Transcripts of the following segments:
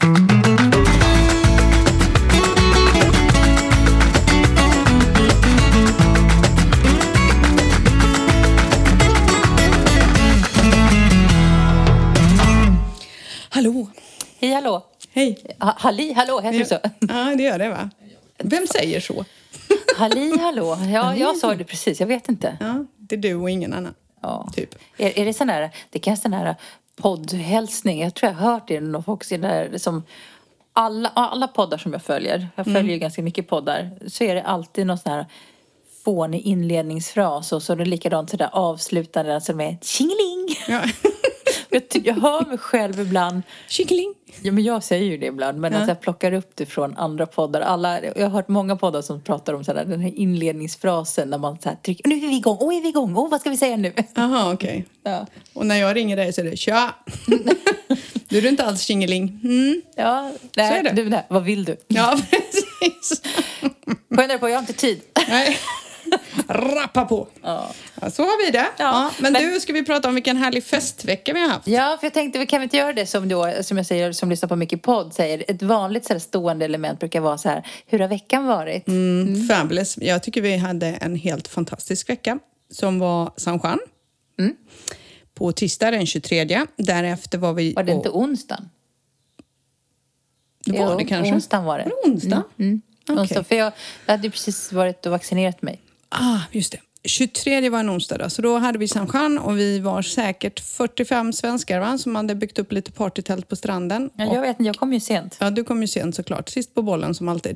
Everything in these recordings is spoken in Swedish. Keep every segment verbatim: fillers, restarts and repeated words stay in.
Hallå. Hej, hallå. Hej. Ha, halli, hallå, heter det så? Ja, det gör det, va? Vem säger så? Halli, hallå. Ja, Halli. jag sa det precis. Jag vet inte. Ja, det är du och ingen annan. Ja. Typ. Är, är det sån här, det kan sån här poddhälsning. Jag tror jag har hört det någon också där som alla, alla poddar som jag följer. Jag följer mm. ju ganska mycket poddar. Så är det alltid någon sån här fånig inledningsfras och så är det likadant sådär avslutande som är tjingeling. Ja. Jag, jag hör mig själv ibland. Tjingeling. Ja, men jag säger ju det ibland. Men ja. Alltså jag plockar upp det från andra poddar. Alla, jag har hört många poddar som pratar om sådär, den här inledningsfrasen. När man så här trycker, nu är vi igång, åh är vi igång, åh vad ska vi säga nu? Jaha, okej. Okay. Ja. Och när jag ringer dig så är det, tja. Du är inte alls tjingeling. Mm. Ja, nej, så är det. Du, nej, vad vill du? Ja, precis. Skynda på, jag har inte tid. Nej. Rappa på. Ja. Ja, så har vi det. Ja, ja, men, men du, ska vi prata om vilken härlig festvecka vi har haft? Ja, för jag tänkte, vi kan vi inte göra det som då, som jag säger, som lyssnar på mycket podd säger. Ett vanligt så här stående element brukar vara så här, hur har veckan varit? Mm, mm. Fabulous. Jag tycker vi hade en helt fantastisk vecka som var San Juan. Mm. På tisdag den tjugotredje. Därefter var vi... Var det och... inte onsdagen? Det var jo, det kanske. Onsdagen var det. Var det onsdag? Mm, mm. Okay. Onsdag, för jag, jag hade precis varit och vaccinerat mig. Ah, just det. tjugotredje var en onsdag då. Så då hade vi San Juan och vi var säkert fyrtiofem svenskar, va? Som hade byggt upp lite partytält på stranden. Ja, jag och, vet inte, jag kom ju sent. Ja, du kom ju sent såklart. Sist på bollen som alltid.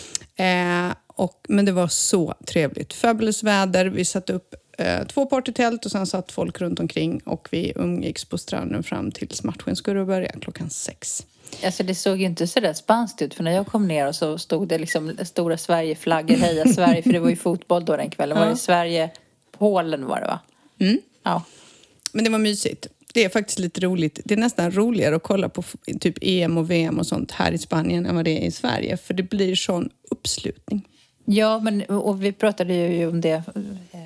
Eh, och, men det var så trevligt. Fabulous väder. Vi satte upp eh, två partytält och sen satt folk runt omkring. Och vi umgicks på stranden fram tills matchen skulle börja klockan sex. Alltså det såg ju inte så där spanskt ut. För när jag kom ner och så stod det liksom stora Sverigeflaggor, heja Sverige. För det var ju fotboll då den kvällen. Ja. Var det Sverige, Polen var det, va? Mm. Ja. Men det var mysigt. Det är faktiskt lite roligt. Det är nästan roligare att kolla på typ E M och V M och sånt här i Spanien än vad det är i Sverige. För det blir sån uppslutning. Ja, men och vi pratade ju om det eh,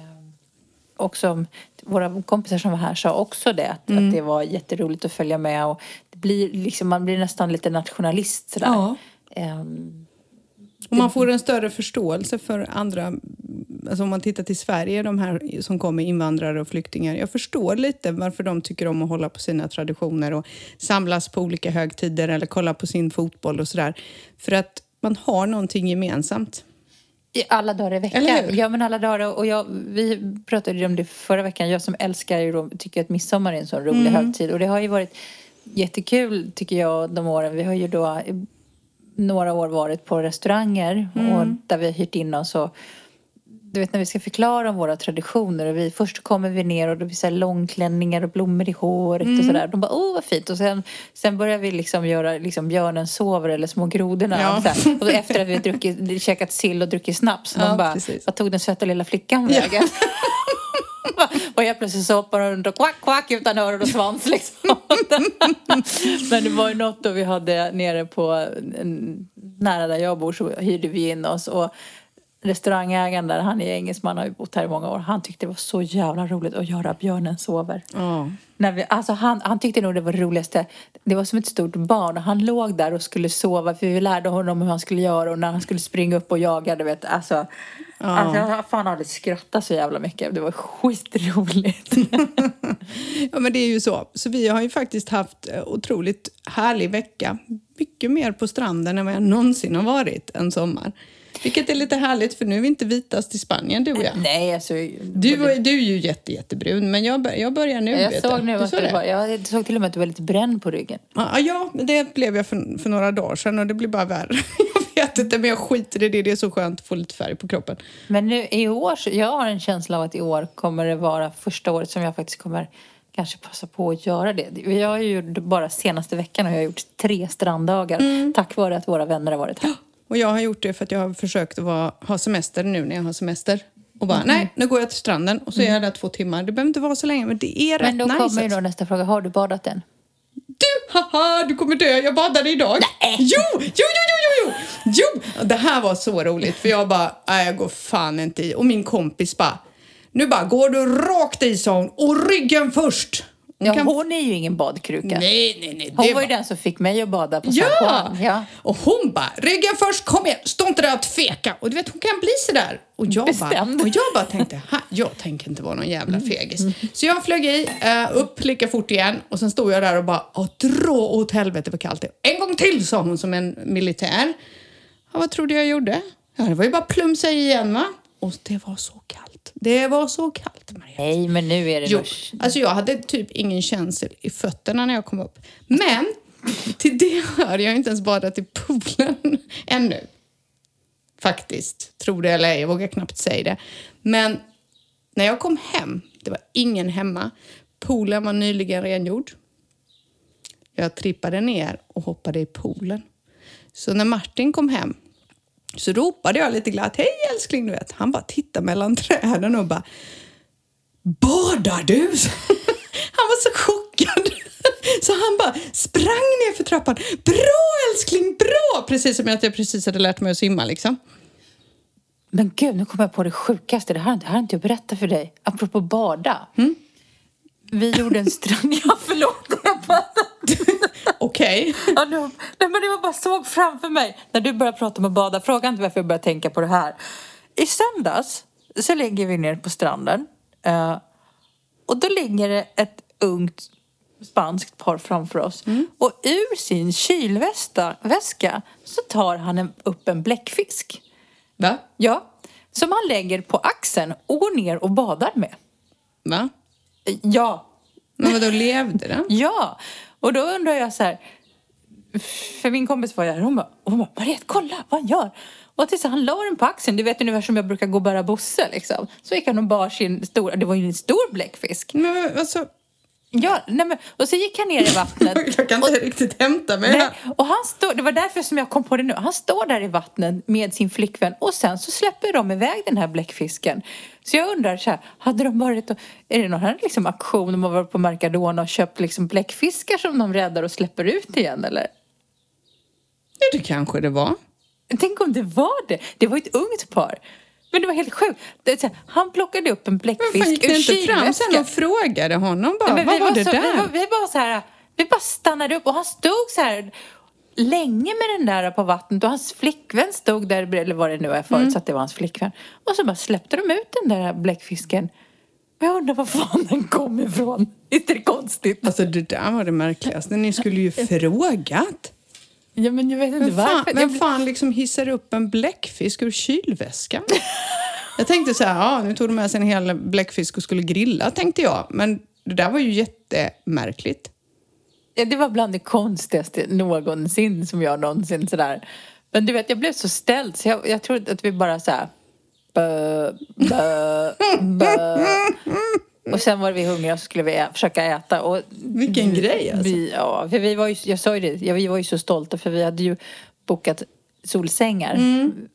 också. Våra kompisar som var här sa också det. Att, mm. att det var jätteroligt att följa med. Och det blir liksom, man blir nästan lite nationalist sådär. Ja. Um, och man får en större förståelse för andra. Alltså om man tittar till Sverige, de här som kommer invandrare och flyktingar. Jag förstår lite varför de tycker om att hålla på sina traditioner och samlas på olika högtider eller kolla på sin fotboll och sådär. För att man har någonting gemensamt. I alla dagar i veckan. Ja, men alla dagar. Och jag, vi pratade ju om det förra veckan. Jag som älskar ju, tycker att midsommar är en sån rolig mm. högtid. Och det har ju varit jättekul, tycker jag, de åren. Vi har ju då några år varit på restauranger. Mm. Och där vi har hyrt in oss. Och du vet, när vi ska förklara om våra traditioner. Och vi, först kommer vi ner och då blir så här långklänningar och blommor i håret mm. och sådär. De bara, åh vad fint. Och sen, sen börjar vi liksom göra liksom björnen sover eller små grodorna. Ja. Och, så och efter att vi har druckit, käkat sill och druckit snaps. Ja, de bara, precis. Vad tog den söta lilla flickan vägen? Ja. Och jag plötsligt så hoppar runt och kvack, kvack utan öron och svans liksom. Men det var ju något då vi hade nere på, nära där jag bor så hyrde vi in oss. Och restaurangägaren där, han är engelsman, har ju bott här i många år. Han tyckte det var så jävla roligt att göra björnen sover. Oh. När vi, alltså han, han tyckte nog det var det roligaste. Det var som ett stort barn och han låg där och skulle sova. För vi lärde honom hur han skulle göra och när han skulle springa upp och jaga, du vet. Alltså, oh. alltså jag fan hade skrattat så jävla mycket. Det var skitroligt. Ja, men det är ju så. Så vi har ju faktiskt haft otroligt härlig vecka. Mycket mer på stranden än vad jag någonsin har varit en sommar. Vilket är lite härligt, för nu är vi inte vitast i Spanien, du och jag. Nej, alltså... Du, du är ju jätte, jättebrun, men jag, bör, jag börjar nu. Jag såg nu att det var, jag såg till och med att du var lite bränd på ryggen. Ja, ja det blev jag för, för några dagar sedan och det blir bara värre. Jag vet inte, men jag skiter i det. Det är så skönt att få lite färg på kroppen. Men nu i år, jag har en känsla av att i år kommer det vara första året som jag faktiskt kommer kanske passa på att göra det. Jag har ju bara senaste veckan har jag gjort tre stranddagar mm. tack vare att våra vänner har varit här. Och jag har gjort det för att jag har försökt att vara, ha semester nu när jag har semester. Och bara, mm. nej, nu går jag till stranden och så är jag där två timmar. Det behöver inte vara så länge, men det är rätt nice. Men då kommer ju då nästa fråga, har du badat än? Du, haha, du kommer dö, jag badade idag. Nej. Jo, jo, jo, jo, jo, jo. Jo, det här var så roligt för jag bara, nej, jag går fan inte i. Och min kompis bara, nu bara, går du rakt i, sa hon, och ryggen först. Hon, ja, kan... hon är ju ingen badkruka. Nej, nej, nej. Hon det var ju var... den som fick mig att bada på ja! San Juan. Ja, och hon bara, ryggen först, kom igen, stå inte där och tveka. Och du vet, hon kan bli sådär. Och jag, bara, och jag bara tänkte, jag tänker inte vara någon jävla fegis. Mm. Så jag flög i, uh, upp lika fort igen. Och sen stod jag där och bara, dra åt helvete vad kallt det är. En gång till, sa hon som en militär. Ja, vad trodde jag gjorde? Ja, det var ju bara plumsa igen, va? Och det var så kallt. Det var så kallt, Maria. Nej, men nu är det... Jo, alltså jag hade typ ingen känsel i fötterna när jag kom upp. Men till det hör jag inte ens badat i poolen ännu. Faktiskt. Tror det eller ej, jag vågar knappt säga det. Men när jag kom hem, det var ingen hemma. Poolen var nyligen rengjord. Jag trippade ner och hoppade i poolen. Så när Martin kom hem så ropade jag lite glatt, hej älskling, du vet. Han bara tittade mellan träden och bara, badar du? Han var så chockad. Så han bara sprang ner för trappan. Bra älskling, bra! Precis som att jag precis hade lärt mig att simma liksom. Men gud, nu kommer jag på det sjukaste. Det här, det här har inte jag berättat för dig. Apropå bada. Mm? Vi gjorde en strand... Ja, förlåt. Okej. Okay. Ja, nej, men det var bara såg framför mig. När du började prata om att bada. Fråga inte varför jag började tänka på det här. I söndags så ligger vi ner på stranden. Uh, och då ligger det ett ungt spanskt par framför oss. Mm. Och ur sin kylväska väska så tar han en, upp en bläckfisk. Va? Ja. Som han lägger på axeln och går ner och badar med. Va? Ja. Men vadå, levde den? Ja. Och då undrar jag så här. För min kompis var där. Hon bara, hon bara Mariette, kolla vad han gör. Och tills han la den på axeln. Du vet ungefär som jag brukar gå och bära bosse liksom. Så gick han och bar sin stora. Det var ju en stor bläckfisk. Men alltså... Ja, nej men, och så gick han ner i vattnet. Jag kan inte och, riktigt hämta mig. Nej, och han står, det var därför som jag kom på det nu. Han står där i vattnet med sin flickvän. Och sen så släpper de iväg den här bläckfisken. Så jag undrar så här, hade de varit... Och, är det någon här liksom aktion? De har varit på Mercadona och köpt liksom bläckfiskar som de räddar och släpper ut igen, eller? Ja, det kanske det var. Tänk om det var det. Det var ett ungt par. Men det var helt sjukt. Det, så här, han plockade upp en bläckfisk ur kylväskan. Men fan, gick inte fram sen och frågade honom bara, nej, vad var, var det så, där? Vi, var, vi, bara så här, vi bara stannade upp och han stod så här länge med den där på vattnet. Och hans flickvän stod där, eller vad det nu är förut, mm. så att det var hans flickvän. Och så bara släppte de ut den där bläckfisken. Och jag undrar var fan den kom ifrån. Inte det konstigt? Alltså det där var det märkligaste. Ni skulle ju frågat. Ja, men jag vet inte vem fan, varför. Vem fan liksom hissar upp en bläckfisk ur kylväskan? Jag tänkte så här, ja, nu tog de med sig en hel bläckfisk och skulle grilla, tänkte jag. Men det där var ju jättemärkligt. Ja, det var bland det konstigaste någonsin som jag någonsin sådär. Men du vet, jag blev så ställd så jag, jag trodde att vi bara så här... Bö, bö, bö. Och sen var vi hungriga så skulle vi ä- försöka äta. Och vilken vi, grej alltså. Vi, ja, för vi var ju, jag sa ju det, ja, vi var ju så stolta för vi hade ju bokat solsängar. Mm.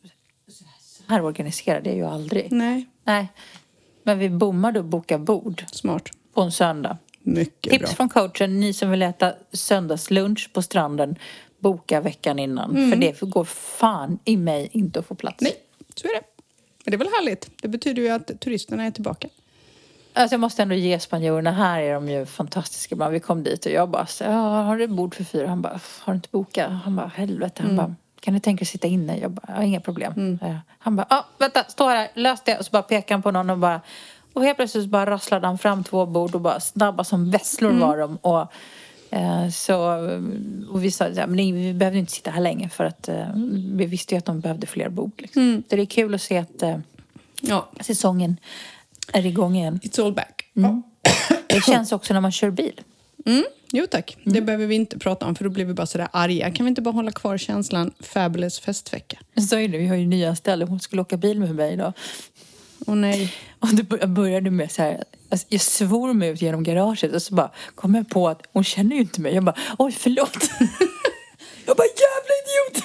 Så här organiserade jag ju aldrig. Nej. Nej. Men vi bommade och bokade bord. Smart. På en söndag. Mycket Tips bra. från coachen, ni som vill äta söndagslunch på stranden, boka veckan innan. Mm. För det går fan i mig inte att få plats. Nej, så är det. Men det är väl härligt. Det betyder ju att turisterna är tillbaka. Alltså jag måste ändå ge spanjorerna, här är de ju fantastiska. Man, vi kom dit och jag bara, ja, har du bord för fyra? Han bara, har du inte bokat? Han bara, helvete. Han mm. bara, kan du tänka dig sitta inne? Jag bara, ja, inga problem. Mm. Han bara, ja, vänta, stå här, lös det. Och så bara pekade han på någon och bara, och helt plötsligt så bara rasslade han fram två bord och bara snabba som vesslor mm. var de. Och eh, så, och vi sa, ja, men vi behövde inte sitta här länge för att eh, vi visste ju att de behövde fler bord. Liksom. Mm. Det är kul att se att eh, ja. säsongen är igång igen. It's all back. Mm. Det känns också när man kör bil. Mm. Jo tack, mm. det behöver vi inte prata om för då blir vi bara sådär arga. Kan vi inte bara hålla kvar känslan fabulous festvecka? Så är det, vi har ju nya ställe. Hon skulle åka bil med mig idag. Åh nej. Och det började med så här, alltså jag svor mig ut genom garaget och så bara kom jag på att hon känner ju inte mig. Jag bara, oj förlåt. Jag bara, jävla idiot.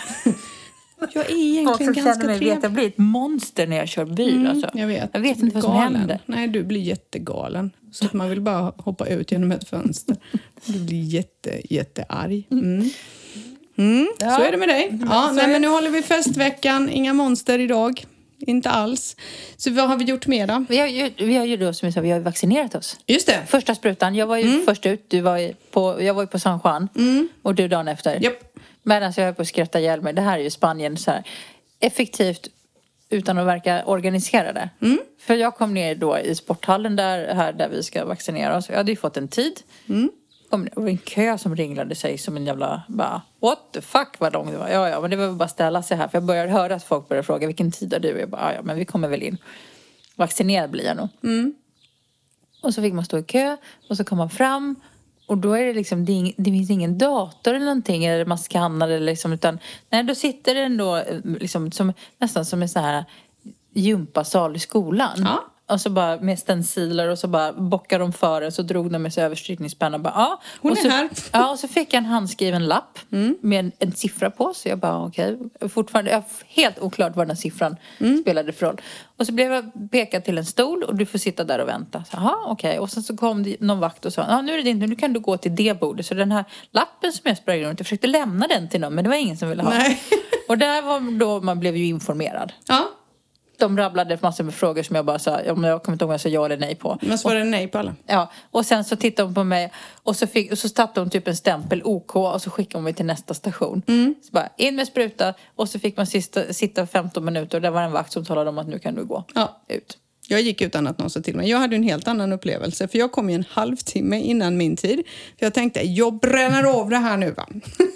Jag är egentligen ganska trevlig. Jag blir ett monster när jag kör bil. Mm, alltså. Jag vet. Jag vet inte vad som galen. händer. Nej, du blir jättegalen. Så att man vill bara hoppa ut genom ett fönster. Du blir jätte, jättearg. Mm. Mm. Ja. Så är det med dig. Ja, nej, men nu håller vi festveckan. Inga monster idag. inte alls. Så vad har vi gjort mer då? Vi har ju, vi har ju då, som jag sa, vi har vaccinerat oss. Just det. Första sprutan. Jag var ju mm. först ut. Du var ju på, jag var ju på San Juan. Mm. Och du dagen efter. Yep. Men alltså jag höll på att skratta ihjäl mig. Det här är ju Spanien så här effektivt utan att verka organiserade. Mm. För jag kom ner då i sporthallen där, här där vi ska vaccinera oss. Jag hade ju fått en tid. Mm. Det var en kö som ringlade sig som en jävla... Bara, what the fuck vad lång det var. Ja, ja, men det var bara ställa sig här. För jag började höra att folk började fråga vilken tid är du? Jag bara, ja, men vi kommer väl in. Vaccinerad blir jag nog. Mm. Och så fick man stå i kö. Och så kom man fram. Och då är det liksom... Det, är ing, det finns ingen dator eller någonting. Eller man skannar eller liksom. Utan nej, då sitter det ändå liksom, som, nästan som en sån här gympasal i skolan. Ja. Och så bara med stenciler och så bara bockar de för en. Så drog de med sig över strykningspennan. Bara, ja. Hon och är så, här. Ja, och så fick jag en handskriven lapp. Mm. Med en, en siffra på. Så jag bara okej. Okay. Fortfarande jag helt oklart vad den siffran mm. spelade för roll. Och så blev jag pekad till en stol. Och du får sitta där och vänta. Jaha, okej. Okay. Och sen så kom det någon vakt och sa. Ja, nu är det din. Nu kan du gå till det bordet. Så den här lappen som jag sprang runt. Jag försökte lämna den till någon. Men det var ingen som ville ha. Nej. Och där var då man blev ju informerad. Ja. De rabblade massor med frågor som jag bara sa, jag kommer inte ihåg om jag sa ja eller nej på. Men så var det nej på alla. Ja, och sen så tittade hon på mig och så, fick, och så satte hon typ en stämpel OK och så skickade hon mig till nästa station. Mm. Så bara in med spruta och så fick man sista, sitta femton minuter och där var en vakt som talade om att nu kan du gå ja. ut. Jag gick utan att någon sa till mig. Jag hade en helt annan upplevelse för jag kom ju en halvtimme innan min tid. För jag tänkte, jag bränner av det här nu va.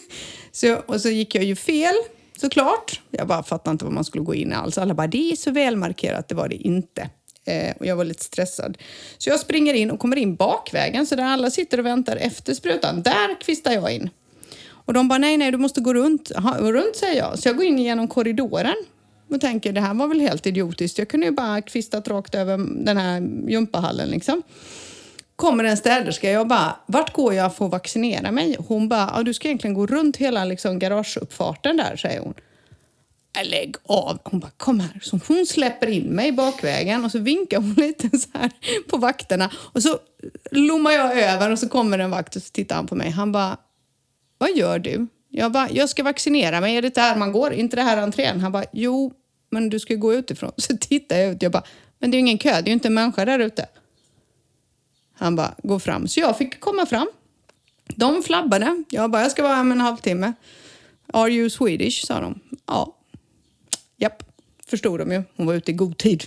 så, och så gick jag ju fel. Såklart. Jag bara fattade inte vad man skulle gå in i alls. Alla bara, det är så välmarkerat. Det var det inte. Eh, och jag var lite stressad. Så jag springer in och kommer in bakvägen. Så där alla sitter och väntar efter sprutan. Där kvistar jag in. Och de bara, nej, nej, du måste gå runt. Aha, runt säger jag. Så jag går in genom korridoren. Och tänker, det här var väl helt idiotiskt. Jag kunde ju bara kvistat rakt över den här gympahallen liksom. Kommer en städerska, jag bara, vart går jag för att vaccinera mig? Hon bara, ja, du ska egentligen gå runt hela liksom, garageuppfarten där, säger hon. Lägg av. Hon bara, kom här. Så hon släpper in mig bakvägen och så vinkar hon lite så här på vakterna. Och så lommar jag över och så kommer en vakt och så tittar han på mig. Han bara, vad gör du? Jag bara, jag ska vaccinera mig. Är det där man går? Inte det här entrén? Han bara, jo, men du ska gå utifrån. Så tittar jag ut. Jag bara, men det är ju ingen kö. Det är ju inte en människa där ute. Han bara, gå fram. Så jag fick komma fram. De flabbade. Jag bara, jag ska vara här med en halvtimme. Are you Swedish? Sa de. Ja. Japp. Förstod de ju. Hon var ute i god tid.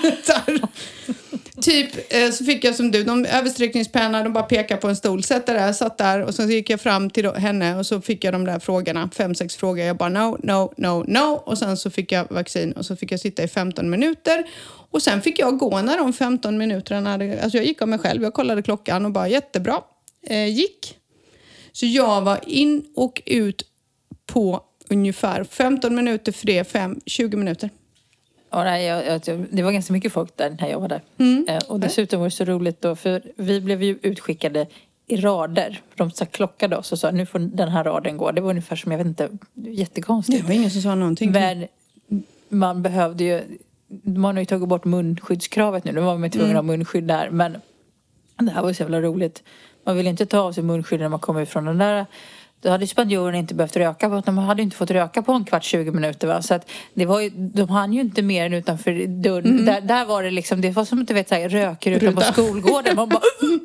Typ så fick jag som du. De översträckningspenna. De bara pekade på en stol. Sätt där. Satt där. Och så gick jag fram till henne. Och så fick jag de där frågorna. Fem, sex frågor. Jag bara, no, no, no, no. Och sen så fick jag vaccin. Och så fick jag sitta i femton minuter. Och sen fick jag gå när de femton minuterna hade, alltså jag gick av mig själv, jag kollade klockan och bara jättebra, eh, gick. Så jag var in och ut på ungefär femton minuter för det, fem, tjugo minuter. Ja, nej, jag, jag, det var ganska mycket folk där när jag var där. Mm. Eh, och dessutom var det så roligt då, för vi blev ju utskickade i rader. De så klockade oss och sa, nu får den här raden gå. Det var ungefär som, jag vet inte, jättekonstigt. Det var ingen som sa någonting. Men man behövde ju... Man har ju tagit bort munskyddskravet nu. Nu var man tvungen att ha munskydd där. Men det här var så jävla roligt. Man vill inte ta av sig munskydd när man kommer ifrån den där. Då hade spanjoren inte behövt röka på. De hade inte fått röka på en kvart, tjugo minuter. Va? Så att det var ju, de hann ju inte mer än utanför dörren. Mm. Där, där var det liksom, det var som att du vet, så här, röker utan på skolgården. Man bara...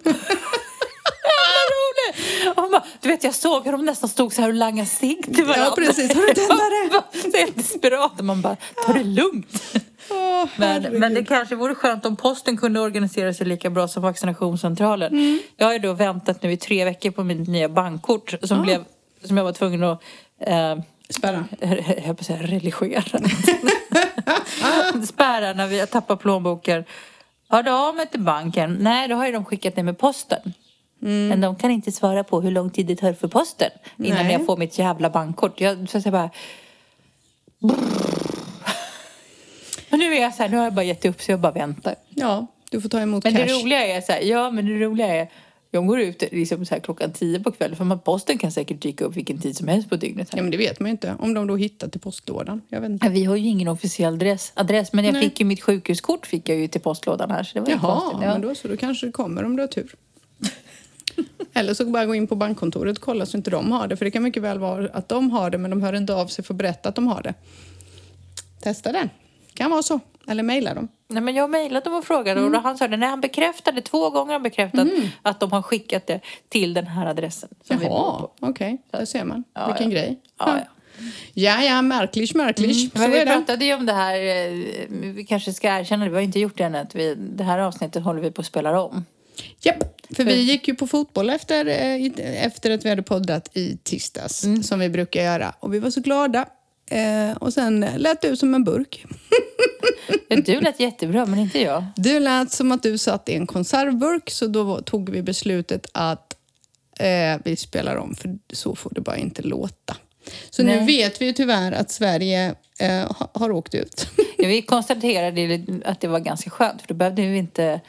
Och bara, du vet, jag såg hur de nästan stod så här och langade cigg till varandra. Ja, precis. Har du tändare? Så helt desperat. Man bara, ta det lugnt. Oh, men, men det kanske vore skönt om posten kunde organisera sig lika bra som vaccinationscentralen. Mm. Jag har ju då väntat nu i tre veckor på min nya bankkort som, oh. blev, som jag var tvungen att eh, spärra. Jag höll på att säga religera. Spärra när vi har tappat plånboken. Har du av mig till banken? Nej, då har ju de skickat ner med posten. Mm. Men de kan inte svara på hur lång tid det tar för posten innan Nej. jag får mitt jävla bankkort. Jag så att säga bara... Men nu är jag så här, nu har jag bara gett upp så jag bara väntar. Ja, du får ta emot men cash. Men det roliga är så här, ja men det roliga är, jag går ut liksom så här klockan tio på kvällen för man, posten kan säkert dyka upp vilken tid som helst på dygnet. Här. Ja men det vet man ju inte, om de då hittar till postlådan. Jag vet inte. Ja, vi har ju ingen officiell adress, adress men jag Nej. fick ju mitt sjukhuskort fick jag ju till postlådan här. Så det var Jaha, konstigt. Ja, men då så, då kanske det kommer om du har tur. Eller så bara gå in på bankkontoret och kolla så inte de har det. För det kan mycket väl vara att de har det men de hör inte av sig för att berätta att de har det. Testa den. Kan vara så. Eller mejla dem? Nej, men jag mejlade dem och frågade mm. och han sa det. När han bekräftade, två gånger han bekräftat mm. att de har skickat det till den här adressen. Som Jaha, okej. Okay. Där ser man. Ja, Vilken ja. grej. Ja, ja. Ja, ja, märkligt, märkligt. Mm. Men vi pratade ju om det här, vi kanske ska erkänna det, vi har inte gjort det än. Att vi, det här avsnittet håller vi på att spela om. Japp, för vi gick ju på fotboll efter, efter att vi hade poddat i tisdags, mm. som vi brukar göra. Och vi var så glada. Eh, och sen lät du som en burk. Du lät jättebra, men inte jag. Du lät som att du satt i en konservburk, så då tog vi beslutet att eh, vi spelar om, för så får det bara inte låta. Så Nej. Nu vet vi ju tyvärr att Sverige eh, har, har åkt ut. Ja, vi konstaterade att det var ganska skönt, för då behövde vi inte...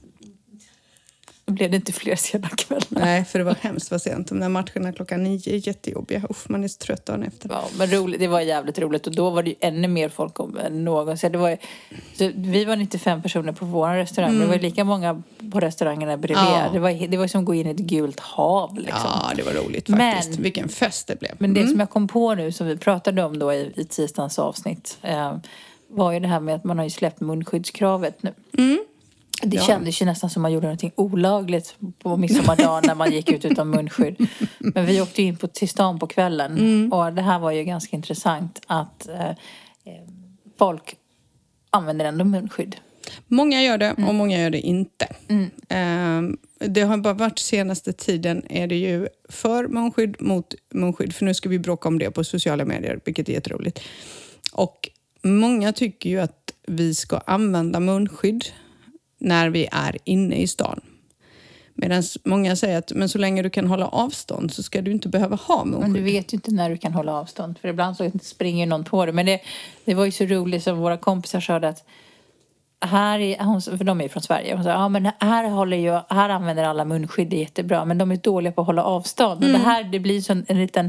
Då blev det inte fler sena kvällar. Nej, för det var hemskt vad sent. De där matcherna klockan nio är jättejobbiga. Uff, man är så trött dagen efter. Ja, men roligt, det var jävligt roligt. Och då var det ju ännu mer folk än någonsin. Det var, så vi var nittiofem personer på vår restaurang. Mm. Det var lika många på restaurangerna bredvid. Ja. Det, var, det var som att gå in i ett gult hav. Liksom. Ja, det var roligt faktiskt. Men, vilken fest det blev. Men det mm. som jag kom på nu, som vi pratade om då i, i tisdagens avsnitt. Eh, var ju det här med att man har ju släppt munskyddskravet nu. Mm. Det ja. kändes ju nästan som man gjorde någonting olagligt på midsommardagen när man gick ut utan munskydd. Men vi åkte in på, till stan på kvällen. Mm. Och det här var ju ganska intressant att eh, folk använder ändå munskydd. Många gör det mm. och många gör det inte. Mm. Eh, det har bara varit senaste tiden är det ju för munskydd mot munskydd. För nu ska vi bråka om det på sociala medier, vilket är jätteroligt. Och många tycker ju att vi ska använda munskydd när vi är inne i stan. Medan många säger att men så länge du kan hålla avstånd så ska du inte behöva ha munskydd. Men du vet ju inte när du kan hålla avstånd. För ibland så springer någon på det. Men det, det var ju så roligt som våra kompisar sa att här är, för de är ju från Sverige. Hon sa, ja men här, håller ju, här använder alla munskydd, det är jättebra. Men de är dåliga på att hålla avstånd. Mm. Och det här, det blir så en liten...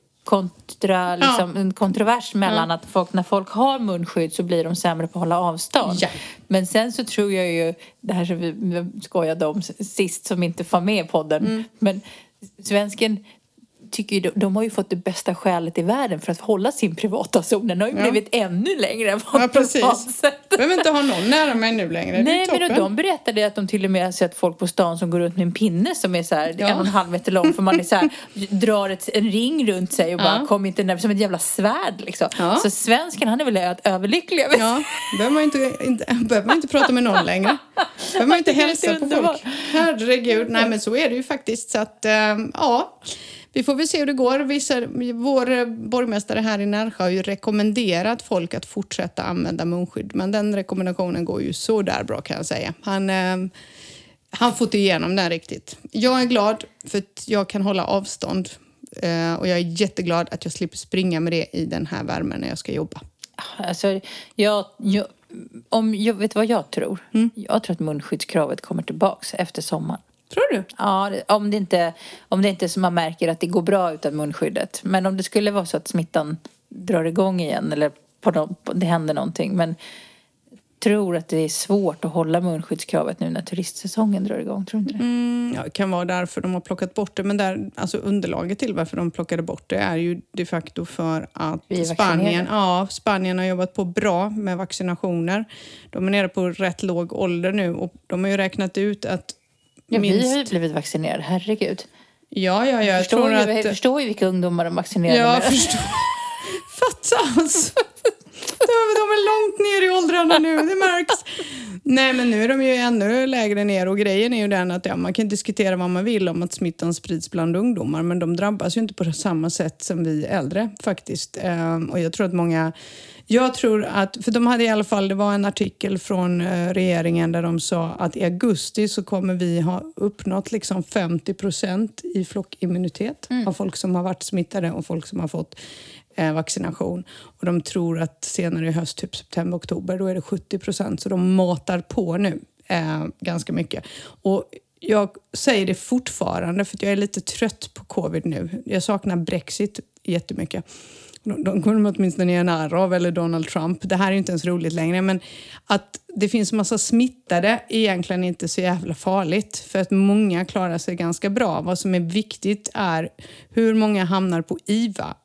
kontra, liksom, ja. en kontrovers mellan ja. att folk, när folk har munskydd så blir de sämre på att hålla avstånd. Ja. Men sen så tror jag ju, det här som vi skojade om sist som inte var med i podden, mm. men svensken tycker ju, de har ju fått det bästa skälet i världen för att hålla sin privata zon. Den har ju ja. blivit ännu längre än vad ja, precis. Jag behöver inte ha någon nära mig nu längre. Nej, men de berättade att de till och med har sett folk på stan som går runt med en pinne som är så här ja. en och en halv meter lång, för man är så här, drar ett, en ring runt sig och bara ja. kommer inte, som ett jävla svärd liksom. Ja. Så svensken, han är väl överlycklig. Ja, behöver man inte, inte, behöver man inte prata med någon längre. Behöver man inte hälsa på folk. Herregud, nej men så är det ju faktiskt. Så att, ähm, ja... Vi får väl se hur det går. Vissa, vår borgmästare här i Närsjö har ju rekommenderat folk att fortsätta använda munskydd. Men den rekommendationen går ju så där bra, kan jag säga. Han, eh, han får inte igenom den riktigt. Jag är glad för att jag kan hålla avstånd. Eh, och jag är jätteglad att jag slipper springa med det i den här värmen när jag ska jobba. Alltså, jag... jag om jag vet vad jag tror. Mm. Jag tror att munskyddskravet kommer tillbaka efter sommaren. Tror du? Ja, om det inte om det inte är som man märker att det går bra utan munskyddet. Men om det skulle vara så att smittan drar igång igen eller på no, det händer någonting. Men tror att det är svårt att hålla munskyddskravet nu när turistsäsongen drar igång. Tror du inte det? Mm, ja, det kan vara därför de har plockat bort det. Men där, alltså underlaget till varför de plockade bort det är ju de facto för att Spanien, ja, Spanien har jobbat på bra med vaccinationer. De är nere på rätt låg ålder nu och de har ju räknat ut att ja, minst... vi har ju blivit vaccinerade, herregud. Ja, ja, jag förstår tror ju, att... Jag förstår ju vilka ungdomar de vaccinerar ja, med. Jag förstår. Fattas. De är långt ner i åldrarna nu, det märks. Nej, men nu är de ju ännu lägre ner och grejen är ju den att ja, man kan diskutera vad man vill om att smittan sprids bland ungdomar, men de drabbas ju inte på samma sätt som vi äldre faktiskt. Ehm, och jag tror att många... Jag tror att, för de hade i alla fall, det var en artikel från regeringen där de sa att i augusti så kommer vi ha uppnått liksom femtio procent i flockimmunitet mm. av folk som har varit smittade och folk som har fått eh, vaccination. Och de tror att senare i höst, typ september, oktober, då är det sjuttio procent. Så de matar på nu eh, ganska mycket. Och jag säger det fortfarande för att jag är lite trött på covid nu. Jag saknar Brexit jättemycket. De kommer åtminstone ge en ära av, eller Donald Trump. Det här är ju inte ens roligt längre. Men att det finns massa smittade är egentligen inte så jävla farligt. För att många klarar sig ganska bra. Vad som är viktigt är hur många hamnar på I V A.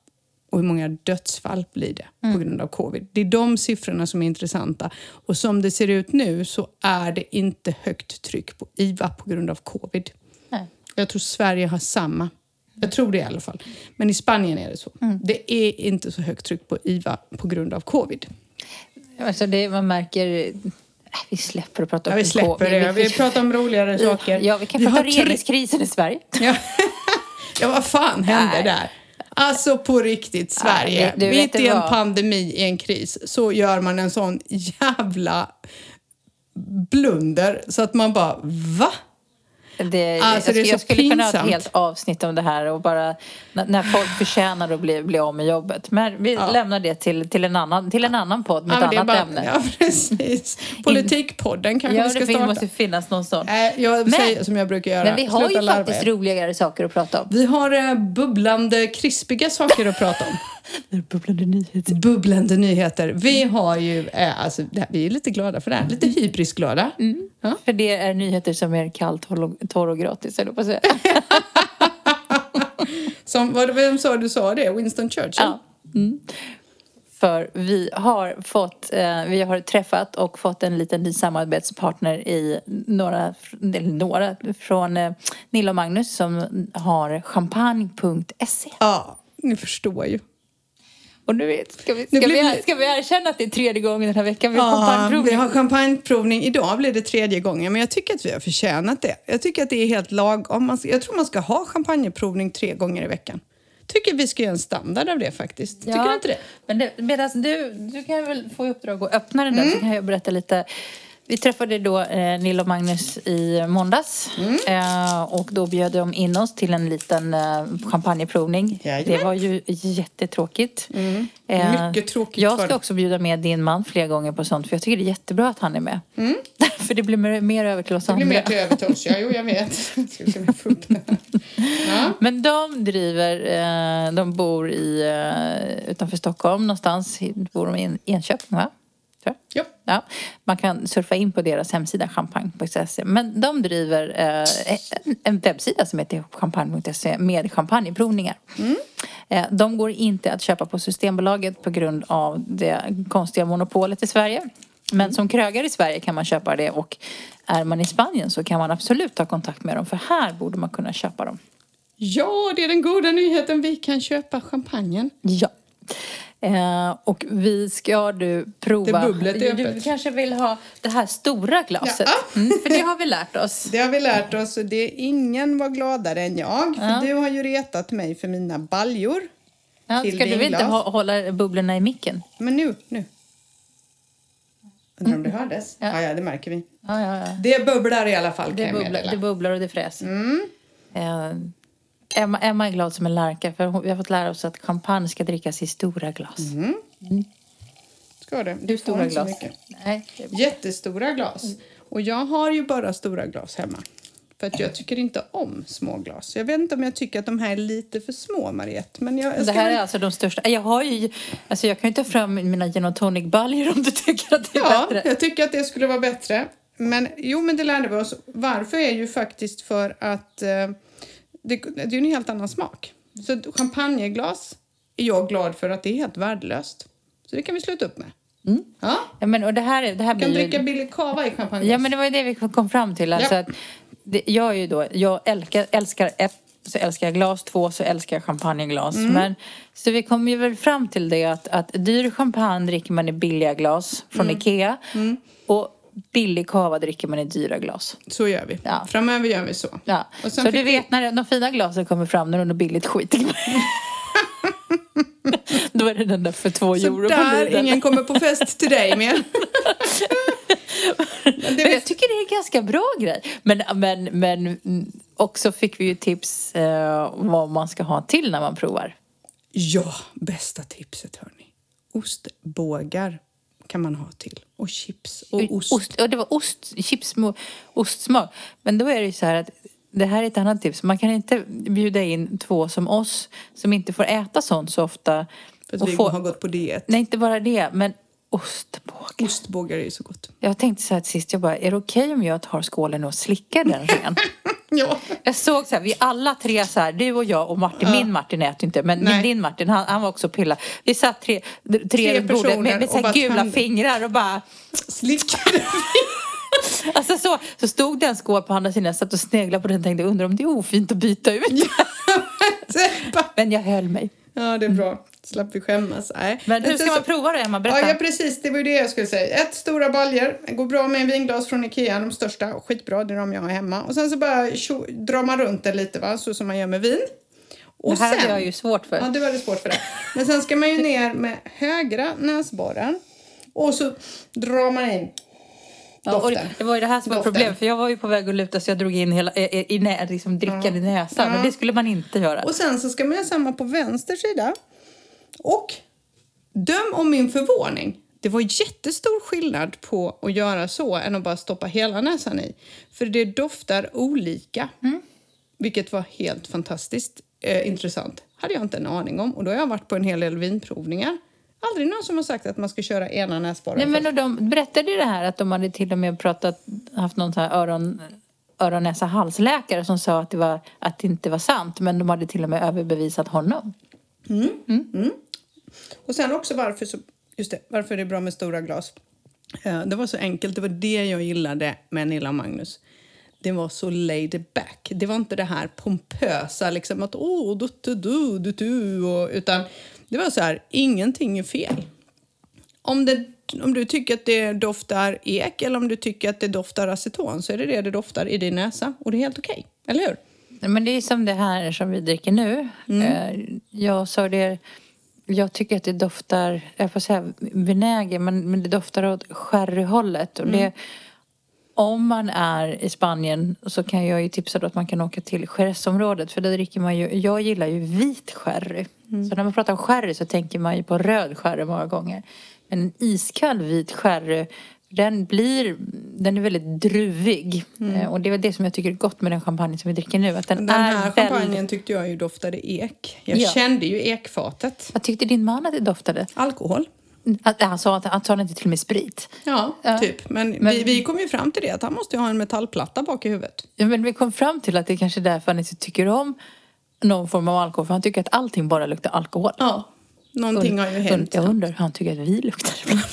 och hur många dödsfall blir det mm. på grund av covid. Det är de siffrorna som är intressanta. Och som det ser ut nu så är det inte högt tryck på I V A på grund av covid. Nej. Jag tror Sverige har samma. Jag tror det i alla fall. Men i Spanien är det så. Mm. Det är inte så högt tryck på I V A på grund av covid. Alltså det man märker... Vi släpper att prata om ja, vi släpper det. Vi, vi pratar om roligare saker. Ja, vi kan vi prata om regeringskrisen i Sverige. Ja. ja, vad fan hände Nej. där? Alltså på riktigt, Sverige. Nej, mitt i en pandemi, i en kris, så gör man en sån jävla blunder så att man bara, va? Det, alltså, det är så jag skulle pinsamt. kunna ha ett helt avsnitt om det här och bara när, när folk förtjänar att bli, bli av med jobbet. Men vi ja. lämnar det till, till, en annan, till en annan podd med ja, ett annat bara, ämne. Ja, precis. Politikpodden kanske ja, vi ska starta. Ja, det måste finnas någon sån. Äh, jag men, säger som jag brukar göra. Men vi har Sluta ju faktiskt roligare saker att prata om. Vi har äh, bubblande, krispiga saker att prata om. Bubblande nyheter. Bubblande nyheter. Vi har ju, äh, alltså, vi är lite glada för det här. Lite hybrisglada. Mm. Ja? För det är nyheter som är kallt, torr och gratis, eller på att säga. Som, vad, vem sa du sa det? Winston Churchill? Ja. Mm. För vi har fått, eh, vi har träffat och fått en liten ny samarbetspartner i några, eller några från eh, Nilla och Magnus som har champagne punkt se. Ja, ni förstår ju. Och nu vet, ska vi, ska, blir... vi, ska vi erkänna att det är tredje gången den här veckan vi har ja, champagneprovning? vi har champagneprovning. Idag blir det tredje gången, men jag tycker att vi har förtjänat det. Jag tycker att det är helt lagom. Jag tror man ska ha champagneprovning tre gånger i veckan. Tycker vi ska göra en standard av det faktiskt. Ja, tycker du inte det? Men det, medan du, du kan väl få i uppdrag att öppna den där mm. så kan jag berätta lite. Vi träffade då eh, Nilla och Magnus i måndags. Mm. Eh, och då bjöd de in oss till en liten eh, champagneprovning. Jajamän. Det var ju jättetråkigt. Mm. Eh, Mycket tråkigt. Jag ska också bjuda med din man flera gånger på sånt. För jag tycker det är jättebra att han är med. Mm. för det blir mer, mer över till oss det andra. Det blir mer till över till oss. Ja, jo, jag vet. ja. Men de driver... Eh, de bor i, eh, utanför Stockholm någonstans. Bor de i Enköping, va? Ja. Ja, man kan surfa in på deras hemsida champagne punkt se. Men de driver eh, en webbsida som heter champagne punkt se med champagneprovningar. Mm. Eh, de går inte att köpa på Systembolaget på grund av det konstiga monopolet i Sverige. Men mm. som krögare i Sverige kan man köpa det, och är man i Spanien så kan man absolut ta kontakt med dem, för här borde man kunna köpa dem. Ja, det är den goda nyheten. Vi kan köpa champagnen. Ja. Eh, och vi ska du prova. Det bubblet är du, du kanske vill ha det här stora glaset. Ja. Mm, för det har vi lärt oss. Det har vi lärt oss, och det är ingen var gladare än jag. För ja. du har ju retat mig för mina baljor. Ja, ska du inte ha, hålla bubblorna i micken? Men nu, nu. Undrar om det hördes? Ja. Ja, ja, det märker vi. Ja, ja, ja. Det bubblar i alla fall, det kan bubblar, jag det bubblar och det fräser. Mm. Eh, Emma, Emma är glad som en lärka, för vi har fått lära oss att champagne ska drickas i stora glas. Mm. Mm. Ska det? Du stora glas? Nej. Jättestora glas. Mm. Och jag har ju bara stora glas hemma. För att jag tycker inte om små glas. Jag vet inte om jag tycker att de här är lite för små, Mariette. Men jag, jag det här väl... är alltså de största. Jag har ju, alltså jag kan ju ta fram mina gin och tonic-baljor om du tycker att det är ja, bättre. Ja, jag tycker att det skulle vara bättre. Men jo, men det lärde vi oss. Varför är ju faktiskt för att... Eh, Det, det är ju en helt annan smak. Så champagneglas är jag glad för att det är helt värdelöst. Så det kan vi sluta upp med. Mm. Ja? Ja, men, och det här, det här du kan blir... dricka billig kava i champagneglas. Ja, men det var ju det vi kom fram till. Alltså ja. att det, jag är ju då, jag älskar, älskar ett, så älskar jag glas, två så älskar jag champagneglas. Mm. Men, så vi kom ju väl fram till det att, att dyr champagne dricker man i billiga glas från mm. Ikea. Mm. Och billig kava dricker man i dyra glas. Så gör vi. Ja. Framöver gör vi så. Ja. Och så du vet, när de fina glasen kommer fram, när de är billigt skit. Då är det den där för två så euro. Så där, ingen kommer på fest till dig mer. Men det... men jag tycker det är en ganska bra grej. Men, men, men också fick vi ju tips eh, vad man ska ha till när man provar. Ja, bästa tipset hörni. Ostbågar kan man ha till. Och chips och ost. ost. Och det var ost, chips med ostsmak. Men då är det ju så här att det här är ett annat tips. Man kan inte bjuda in två som oss som inte får äta sånt så ofta. För att vi få... har gått på diet. Nej, inte bara det. Men ostbågar. Ostbågar är ju så gott. Jag tänkte så här till sist. Jag bara, är det okej om jag tar skålen och slickar den ren? Ja. Jag såg så här, vi alla tre så här, du och jag och Martin, ja. Min Martin äter inte, men Nej. din Martin, han, han var också pilla. Vi satt tre, tre, tre bordet med, med så här gula tänd... fingrar och bara slickade. Alltså så, så stod det en skål på andra sidan, jag satt och sneglade på den och tänkte, undrar om det är ofint att byta ut. Men jag höll mig. Ja, det är bra. Slapp vi skämmas. Nej. Men hur ska så... man prova det, Emma? Berätta. Ja, ja, precis. Det var ju det jag skulle säga. Ett stora baljer. Går bra med en vinglas från Ikea. De största. Skitbra. Det är de jag har hemma. Och sen så bara tjo, drar man runt det lite, va? Så som man gör med vin. Och det här sen, är jag ju svårt för. Ja, det var det svårt för det. Men sen ska man ju ner med högra näsborren. Och så drar man in ja, och det var ju det här som var problem. För jag var ju på väg att luta så jag drog in hela, i, i, i, liksom drickan ja. i näsan. Ja. Men det skulle man inte göra. Och sen så ska man göra samma på vänster sida. Och döm om min förvåning. Det var jättestor skillnad på att göra så än att bara stoppa hela näsan i. För det doftar olika. Mm. Vilket var helt fantastiskt eh, intressant. Hade jag inte en aning om. Och då har jag varit på en hel del vinprovningar. Aldrig någon som har sagt att man ska köra ena näsborren. Nej, men och de berättade ju det här att de hade till och med pratat, haft någon så här öron, öron, näsa, halsläkare som sa att det, var, att det inte var sant. Men de hade till och med överbevisat honom. Mm. Mm. Mm. Och sen också varför, så, just det, varför det är bra med stora glas. Uh, det var så enkelt, det var det jag gillade med Nilla och Magnus. Det var så laid back. Det var inte det här pompösa liksom att åh, du, du, du, du, du, och, utan det var så här, ingenting är fel. Om, det, om du tycker att det doftar ek eller om du tycker att det doftar aceton så är det det det doftar i din näsa. Och det är helt okej, eller hur? Men det är som det här som vi dricker nu. Mm. Jag sa det, jag tycker att det doftar, jag får säga vinäger, men, men det doftar åt sherryhållet. Och mm. det, om man är i Spanien så kan jag ju tipsa då att man kan åka till Jerezområdet. För där dricker man ju, jag gillar ju vit sherry. Mm. Så när man pratar om sherry så tänker man ju på röd sherry många gånger. Men en iskall vit sherry, den blir, den är väldigt druvig. Mm. Och det är väl det som jag tycker är gott med den champagne som vi dricker nu. Att den, den här är champagnen väldigt... tyckte jag ju doftade ek. Jag ja. kände ju ekfatet. Vad tyckte din man att det doftade? Alkohol. Att, han sa att han sa inte till och med sprit. Ja, ja. typ. Men, men vi, vi kom ju fram till det. Att han måste ha en metallplatta bak i huvudet. Ja, men vi kom fram till att det är kanske är därför han inte tycker om någon form av alkohol. För han tycker att allting bara luktar alkohol. Ja, någonting Und, har ju hänt. Jag undrar hur han tycker att vi luktar.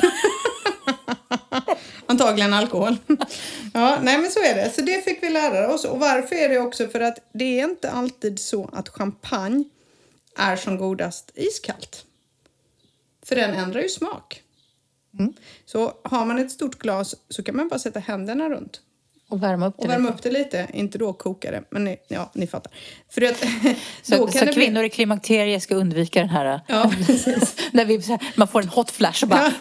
Antagligen alkohol. Ja, nej men så är det. Så det fick vi lära oss. Och varför är det också? För att det är inte alltid så att champagne är som godast iskallt. För den ändrar ju smak. Mm. Så har man ett stort glas så kan man bara sätta händerna runt. Och värma upp det, och värma upp det lite. Inte då koka det. Men ni, ja, ni fattar. För att, så då så kan kvinnor bli... i klimakteriet ska undvika den här... Ja, precis. När vi, man får en hot flash och bara...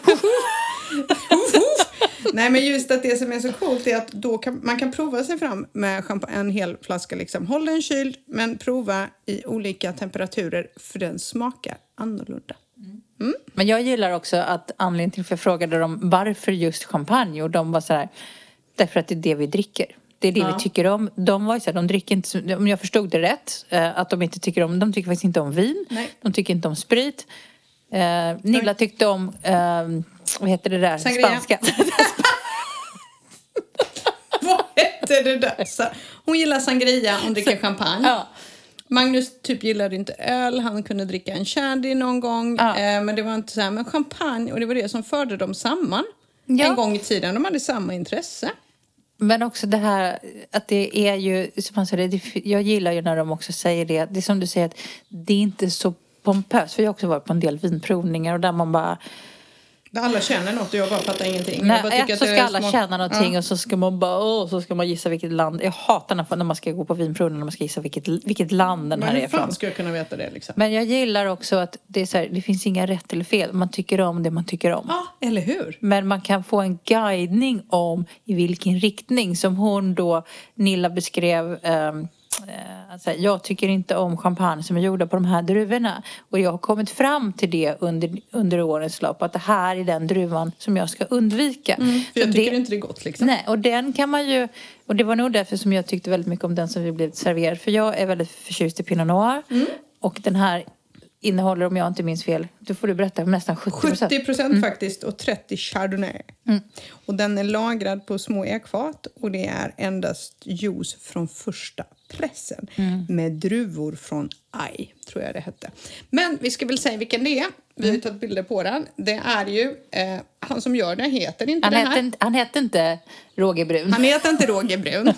Nej, men just att det som är så coolt är att då kan, man kan prova sig fram med champagne, en hel flaska. Liksom. Håll den kyld, men prova i olika temperaturer för den smakar annorlunda. Mm. Men jag gillar också att anledningen till att jag frågade dem varför just champagne. Och de var så här, därför att det är det vi dricker. Det är det ja. vi tycker om. De var ju så här, de dricker inte, om jag förstod det rätt, att de inte tycker om, de tycker faktiskt inte om vin. Nej. De tycker inte om sprit. Eh, Nilla tyckte om, eh, vad heter det där? Sangria. Spanska. Vad heter det där? Hon gillar sangria, hon dricker champagne. Ja. Magnus typ gillade inte öl, han kunde dricka en shandy någon gång. Ja. Eh, men det var inte så här, men champagne, och det var det som förde dem samman. Ja. En gång i tiden, de hade samma intresse. Men också det här att det är ju, som man säger, det, jag gillar ju när de också säger det. Det är som du säger att det är inte så pompöst. För jag har också varit på en del vinprovningar och där man bara... Där alla känner något och jag bara fattar ingenting. Nej, jag bara ett, att så ska alla små... känna någonting ja. och så ska man bara, åh, så ska man gissa vilket land. Jag hatar när man ska gå på vinprovning när man ska gissa vilket, vilket land den här är ifrån. Men hur fan ska jag kunna veta det liksom? Men jag gillar också att det är så här, det finns inga rätt eller fel. Man tycker om det man tycker om. Ja, eller hur? Men man kan få en guidning om i vilken riktning som hon då, Nilla beskrev... Um, Alltså, jag tycker inte om champagne som är gjorda på de här druvorna. Och jag har kommit fram till det under, under årens lopp. Att det här är den druvan som jag ska undvika. Mm, för jag så tycker det, inte det är gott liksom. Nej, och den kan man ju... Och det var nog därför som jag tyckte väldigt mycket om den som vi blev serverad. För jag är väldigt förtjust i Pinot Noir. Mm. Och den här innehåller, om jag inte minns fel, då får du berätta, nästan sjuttio procent. sjuttio procent mm. faktiskt och trettio chardonnay. Mm. Och den är lagrad på små ekfat och det är endast juice från första pressen. Mm. Med druvor från Aj, tror jag det hette. Men vi ska väl säga vilken det är. Vi har ju tagit bilder på den. Det är ju, eh, han som gör det heter inte han det heter här. Inte, han heter inte Roger Brun. Han heter inte Roger Brun.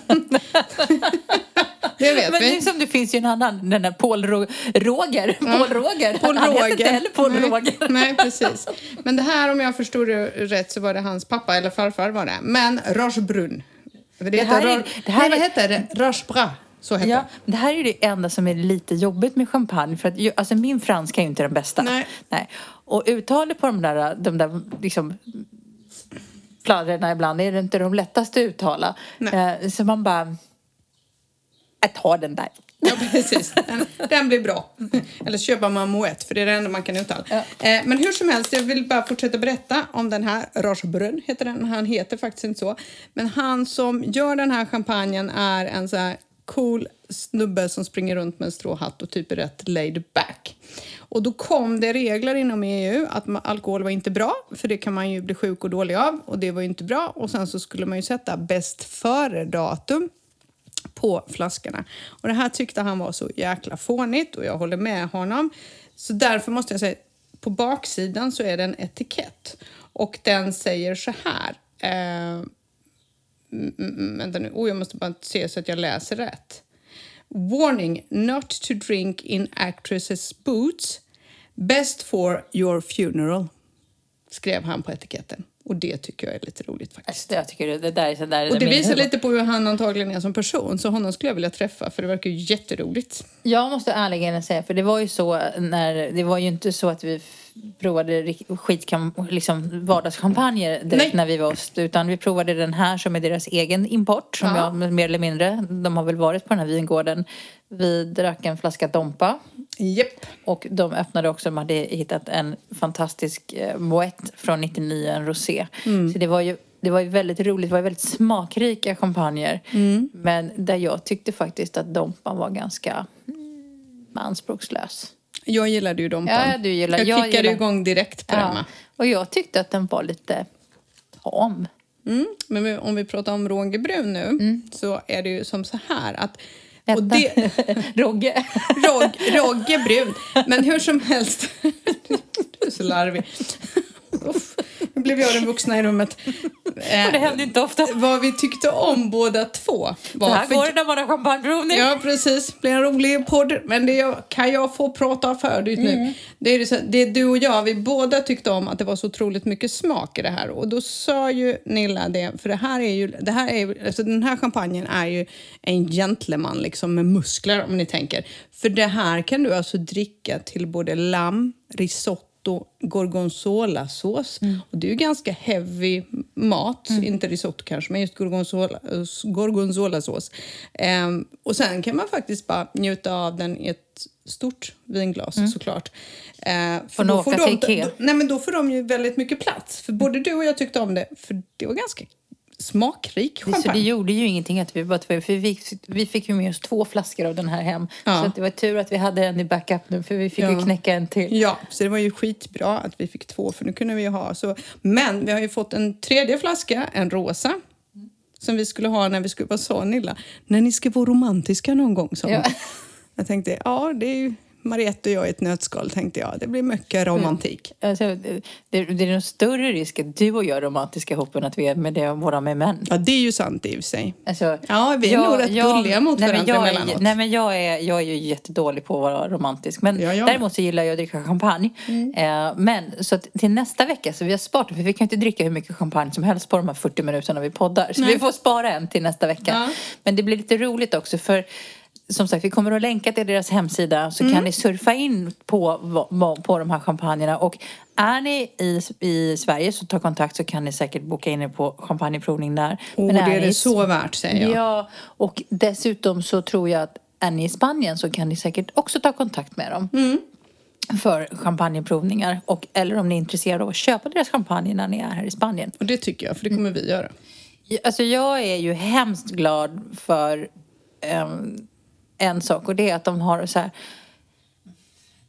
Det vet men vi. Liksom, det finns ju en annan, den där Paul Ro- Roger. Ja. Paul Roger. Paul han Roger. heter inte heller Paul Nej. Roger. Nej, precis. Men det här, om jag förstod det rätt, så var det hans pappa eller farfar var det. Men Roche Brun. Det, det här är, det här Nej, vad heter det? Roche Bras. Så heter ja, det här är det enda som är lite jobbigt med champagne. För att, alltså min franska är ju inte den bästa. Nej. Nej. Och uttalet på de där, de där liksom fladdrorna ibland är det inte de lättaste att uttala. Eh, så man bara, jag tar den där. Ja, precis. Den, den blir bra. Eller köpa man Moët, för det är det enda man kan uttala. Ja. Eh, men hur som helst, jag vill bara fortsätta berätta om den här. Roche Brun heter den. Han heter faktiskt inte så. Men han som gör den här champagnen är en så här cool snubbe som springer runt med en stråhatt och typ är rätt laid back. Och då kom det regler inom E U att alkohol var inte bra, för det kan man ju bli sjuk och dålig av, och det var ju inte bra. Och sen så skulle man ju sätta bäst före-datum på flaskorna. Och det här tyckte han var så jäkla fånigt, och jag håller med honom. Så därför måste jag säga, på baksidan så är det en etikett. Och den säger så här. Eh, mm, vänta nu, oh, jag måste bara se så att jag läser rätt. Warning, not to drink in actresses' boots. Best for your funeral. Skrev han på etiketten. Och det tycker jag är lite roligt faktiskt. Jag tycker det där är så där. Och det visar lite på hur han antagligen är som person. Så honom skulle jag vilja träffa, för det verkar ju jätteroligt. Jag måste ärligen säga, för det var ju så när, det var ju inte så att vi provade skitkam, liksom vardagskampanjer direkt Nej. när vi var oss. Utan vi provade den här som är deras egen import. Som ja. jag, mer eller mindre. De har väl varit på den här vingården. Vi drack en flaska Dompa. Yep. Och de öppnade också, de hade hittat en fantastisk eh, Moët från nittionio, en rosé. Mm. Så det var ju det var ju väldigt roligt, det var väldigt smakrika champagner. Mm. Men där jag tyckte faktiskt att Dompan var ganska mm, anspråkslös. Jag gillade ju Dompan. Ja, du gillar. Jag, jag kickade gillar. igång direkt på ja. den. Och jag tyckte att den var lite tam. Mm. Men om vi pratar om Roger Brun nu, mm. så är det ju som så här att och det, Rogge. Rog, Rogge Brun. Men hur som helst. Du är så larvig. Uff, nu blev jag den vuxna i rummet. Eh, det händer inte ofta. Vad vi tyckte om båda två. Var så här för... går det när man har champagneprovning. Ja, precis. Det blir en rolig podd. Men det kan jag få prata för dig nu. Mm. Det är det, så, det är du och jag. Vi båda tyckte om att det var så otroligt mycket smak i det här. Och då sa ju Nilla det. För det här är ju... Det här är, alltså den här champagnen är ju en gentleman liksom med muskler, om ni tänker. För det här kan du alltså dricka till både lamm, risotto, gorgonzola-sås. Mm. Och det är ju ganska heavy mat. Mm. Inte risotto kanske, men just gorgonzola, gorgonzola-sås. Um, och sen kan man faktiskt bara njuta av den i ett stort vinglas, mm. såklart. Uh, för då får, de, då, nej, men då får de ju väldigt mycket plats. För både du och jag tyckte om det. För det var ganska smakrik champagne. Så det gjorde ju ingenting att vi bara två, för vi fick, vi fick ju med oss två flaskor av den här hem. Ja. Så att det var tur att vi hade en i backup nu, för vi fick ja. ju knäcka en till. Ja, så det var ju skitbra att vi fick två, för nu kunde vi ju ha så. Men vi har ju fått en tredje flaska, en rosa. Mm. Som vi skulle ha när vi skulle vara så Nilla. När ni ska vara romantiska någon gång. Så. Ja. Jag tänkte, ja det är ju Mariette och jag i ett nötskal, tänkte jag. Det blir mycket romantik. Mm. Alltså, det, det är en större risk att du och jag är romantiska ihop än att vi är med det våra med män. Ja, det är ju sant i och för sig. Alltså, ja, vi är jag, nog rätt jag, gulliga mot nej, varandra jag emellanåt. Nej, men jag är, jag är ju jättedålig på att vara romantisk. Men ja, ja. däremot så gillar jag att dricka champagne. Mm. Eh, men så att till nästa vecka, så vi har sparat, för vi kan inte dricka hur mycket champagne som helst på de här fyrtio minuterna vi poddar. Så nej. vi får spara en till nästa vecka. Ja. Men det blir lite roligt också, för som sagt, vi kommer att länka till deras hemsida, så mm. kan ni surfa in på, på de här champagnerna. Och är ni i, i Sverige så ta kontakt, så kan ni säkert boka in er på champagneprovning där. Åh, oh, det är det så värt, säger jag. Ja, och dessutom så tror jag att är ni i Spanien så kan ni säkert också ta kontakt med dem. Mm. För champagneprovningar. Och, eller om ni är intresserade av att köpa deras champagne när ni är här i Spanien. Och det tycker jag, för det kommer mm. vi göra. Alltså jag är ju hemskt glad för... Um, en sak, och det är att de har så här,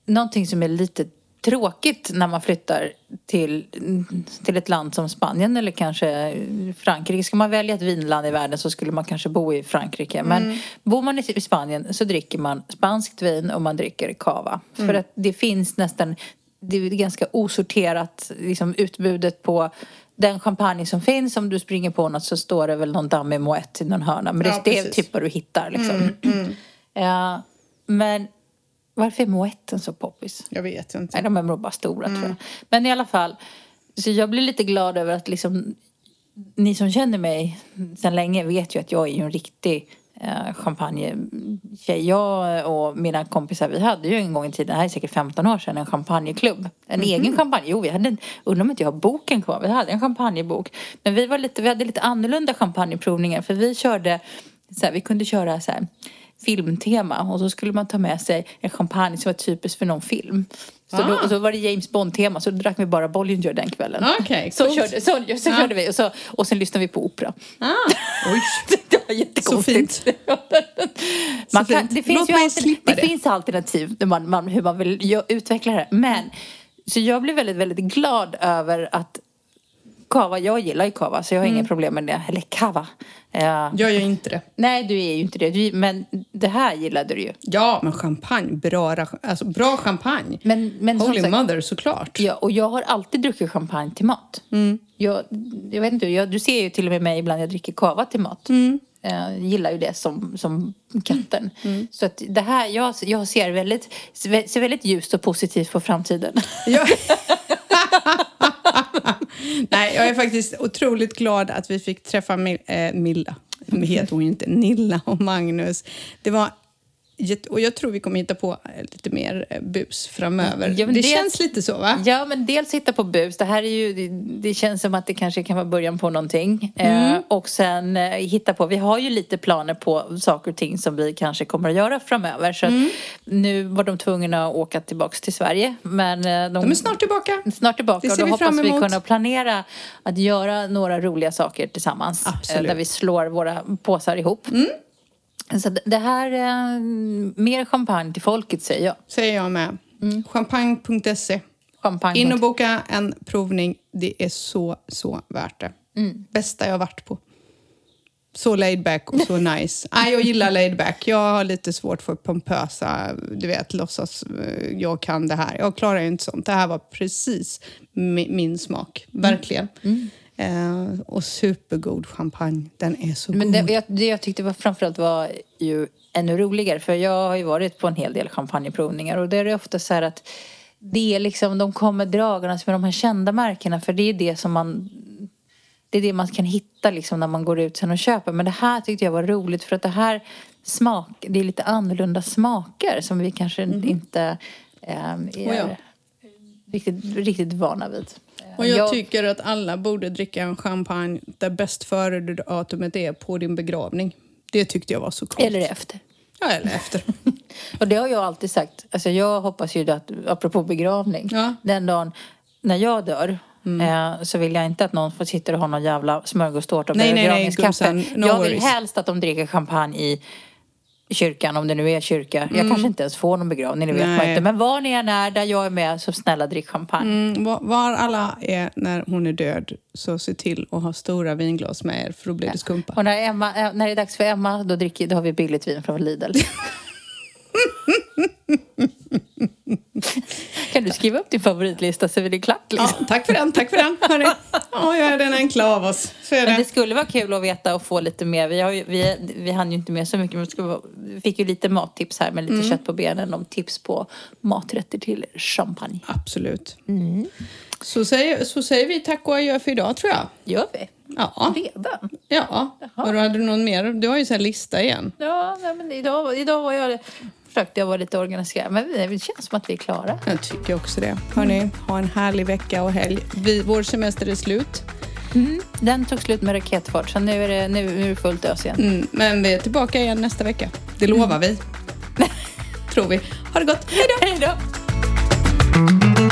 någonting som är lite tråkigt när man flyttar till, till ett land som Spanien eller kanske Frankrike. Ska man välja ett vinland i världen så skulle man kanske bo i Frankrike. Men mm. bor man i Spanien så dricker man spanskt vin och man dricker cava. Mm. För att det finns nästan, det är ganska osorterat liksom, utbudet på den champagne som finns. Om du springer på något så står det väl någon dammig moët i någon hörna. Men ja, det är typ vad du hittar liksom. Mm, mm. Ja, men varför är moëtten så poppis? Jag vet inte. Nej, de är nog bara stora mm. tror jag. Men i alla fall, så jag blir lite glad över att liksom, ni som känner mig sedan länge vet ju att jag är ju en riktig eh, champagne-tjej. Jag och mina kompisar, vi hade ju en gång i tiden, det här är säkert femton år sedan, en champagneklubb. En mm-hmm. egen champagne. Jo, vi hade en, undrar om inte jag har boken kvar. Vi hade en champagnebok. Men vi var lite, vi hade lite annorlunda champagneprovningar. För vi körde, så här, vi kunde köra så här filmtema och så skulle man ta med sig en champagne som var typiskt för någon film. Så ah. då, så var det James Bond-tema, så då drack vi bara Bollinger den kvällen. Okay, så körde, så, så ah. körde vi och, så, och sen lyssnade vi på opera. Ah. Oj. Det var jättekonstigt. Så fint. Man kan, det finns ju alltid, det, det finns alternativ hur man, man, hur man vill utveckla det. Men, så jag blev väldigt, väldigt glad över att cava, jag gillar ju cava så jag har mm. inga problem med det. Eller cava. Uh, jag gör inte det. Nej, du är ju inte det. Du, men det här gillade du ju. Ja, men champagne. Bra, alltså, bra champagne. Men, men Holy sagt, Mother, såklart. Ja, och jag har alltid druckit champagne till mat. Mm. Jag, jag vet inte, jag, du ser ju till och med mig ibland jag dricker cava till mat. Mm. Jag gillar ju det som, som katten. Mm. Så att det här, jag, jag ser väldigt, ser väldigt ljust och positivt på framtiden. Ja. Nej, jag är faktiskt otroligt glad att vi fick träffa Mil- äh, Milla. Heter hon inte. Nilla och Magnus. Det var och jag tror vi kommer hitta på lite mer bus framöver. Ja, det dels, känns lite så, va? Ja, men dels hitta på bus. Det här är ju, det, det känns som att det kanske kan vara början på någonting. Mm. Eh, och sen eh, hitta på, vi har ju lite planer på saker och ting som vi kanske kommer att göra framöver. Så mm. att nu var de tvungna att åka tillbaka till Sverige. Men eh, de, de är snart tillbaka. Snart tillbaka. Det ser och då vi hoppas vi kunna planera att göra några roliga saker tillsammans. Absolut. Eh, där vi slår våra påsar ihop. Mm. Så det här är mer champagne till folket, säger jag. Säger jag med. Mm. Champagne punkt se. Champagne. In och boka en provning. Det är så, så värt det. Mm. Bästa jag har varit på. Så laid back och så nice. Nej, jag gillar laid back. Jag har lite svårt för pompösa, du vet, låtsas jag kan det här. Jag klarar ju inte sånt. Det här var precis min, min smak. Verkligen. Mm. Mm. Uh, och supergod champagne. Den är så Men god. Det jag, det jag tyckte var, framförallt var ju ännu roligare. För jag har ju varit på en hel del champagneprovningar. Och det är ofta så här att det är liksom, de kommer dragandes med de här kända märkena. För det är det som man, det är det man kan hitta liksom när man går ut sen och köper. Men det här tyckte jag var roligt. För att det här smak, det är lite annorlunda smaker som vi kanske mm. inte äh, är oh ja. riktigt, riktigt vana vid. Och jag, jag tycker att alla borde dricka en champagne där bäst före-datumet är på din begravning. Det tyckte jag var så coolt. Eller efter. Ja, eller efter. Och det har jag alltid sagt. Alltså jag hoppas ju att, apropå begravning, ja. Den dagen när jag dör mm. eh, så vill jag inte att någon får sitta och ha någon jävla smörgåstårta och begravningskaffe. No jag vill helst att de dricker champagne i kyrkan, om det nu är kyrka. Jag mm. kanske inte ens får någon begravning, det vet man inte. Men var ni än är där jag är med, så snälla drick champagne. Mm, var alla är när hon är död, så se till att ha stora vinglas med er, för då blir ja. det skumpa. Och när, Emma, när det är dags för Emma, då, dricker, då har vi billigt vin från Lidl. Kan du skriva upp din favoritlista så är det klart liksom? Ja, tack för den, tack för den. Hörrni. Ja, jag är den enkla av oss. Så är det. Men det skulle vara kul att veta och få lite mer. Vi, har ju, vi, vi hann ju inte med så mycket, men vi, vara, vi fick ju lite mattips här med lite mm. kött på benen om tips på maträtter till champagne. Absolut. Mm. Så, säger, så säger vi tack och adjö för idag, tror jag. Gör vi? Ja. Redan? Ja. Jaha. Och då hade du någon mer? Du har ju så här lista igen. Ja, men idag, idag var jag... försökte jag vara lite organiserad. Men det känns som att vi är klara. Jag tycker också det. Hörrni, mm. ha en härlig vecka och helg. Vi, vår semester är slut. Mm. Den tog slut med raketfart. Så nu är det, nu, nu är det fullt ös igen. Mm. Men vi är tillbaka igen nästa vecka. Det lovar mm. vi. Tror vi. Ha det gott. Hej då! Hej då!